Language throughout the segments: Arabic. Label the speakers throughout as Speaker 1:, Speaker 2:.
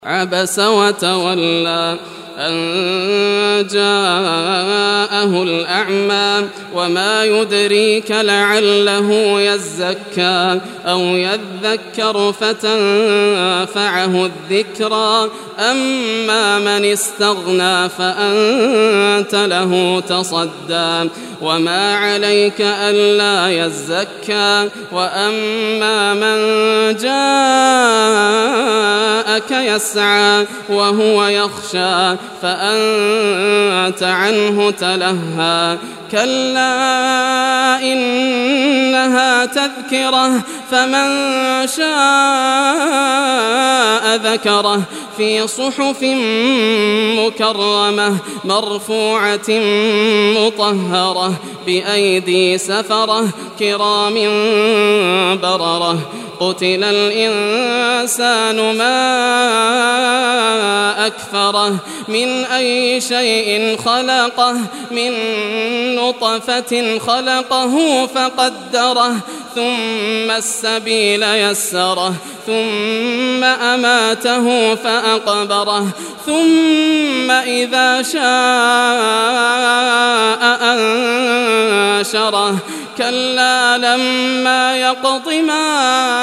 Speaker 1: عبس وتولى أن جاءه الأعمى وما يدريك لعله يزكى أو يذكر فتنفعه الذكرى أما من استغنى فأنت له تصدى وما عليك ألا يزكى وأما من جاءك يسعى وهو يخشى فأنت عنه تلهى كلا إنها تذكرة فمن شاء ذكره في صحف مكرمة مرفوعة مطهرة بأيدي سفرة كرام بررة قتل الإنسان ما أكفره من أي شيء خلقه من نطفة خلقه فقدره ثم السبيل يسره ثم أماته فأقبره ثم إذا شاء أنشره كلا لما يقض ما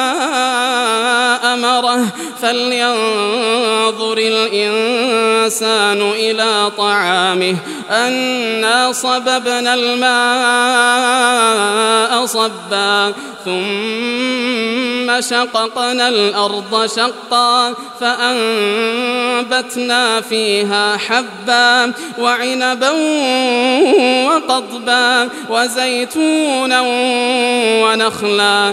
Speaker 1: أمره فلينظر الإنسان إلى طعامه أنا صببنا الماء صبا ثم شققنا الأرض شقا فأنبتنا فيها حبا وعنبا وقضبا وزيتونا ونخلا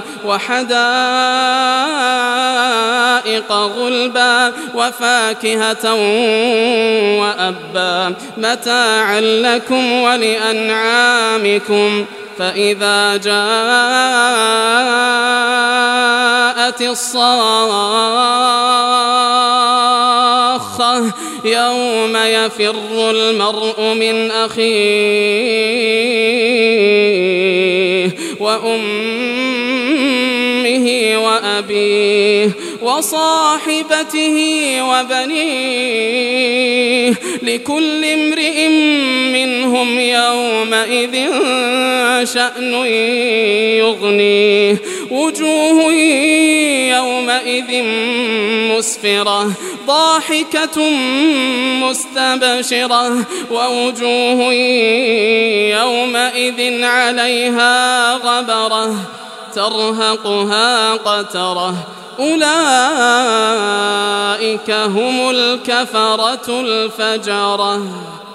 Speaker 1: وحدائق غلبا وفاكهة وأبا متاعا لكم ولأنعامكم فإذا جاءت الصاخة يوم يفر المرء من أخيه وأمه وأبيه وصاحبته وبنيه لكل امرئ منهم يومئذ شأن يغنيه وجوه يومئذ مسفرة ضاحكة مستبشرة ووجوه يومئذ عليها غبرة ترهقها قترة أولئك هم الكفرة الفجرة.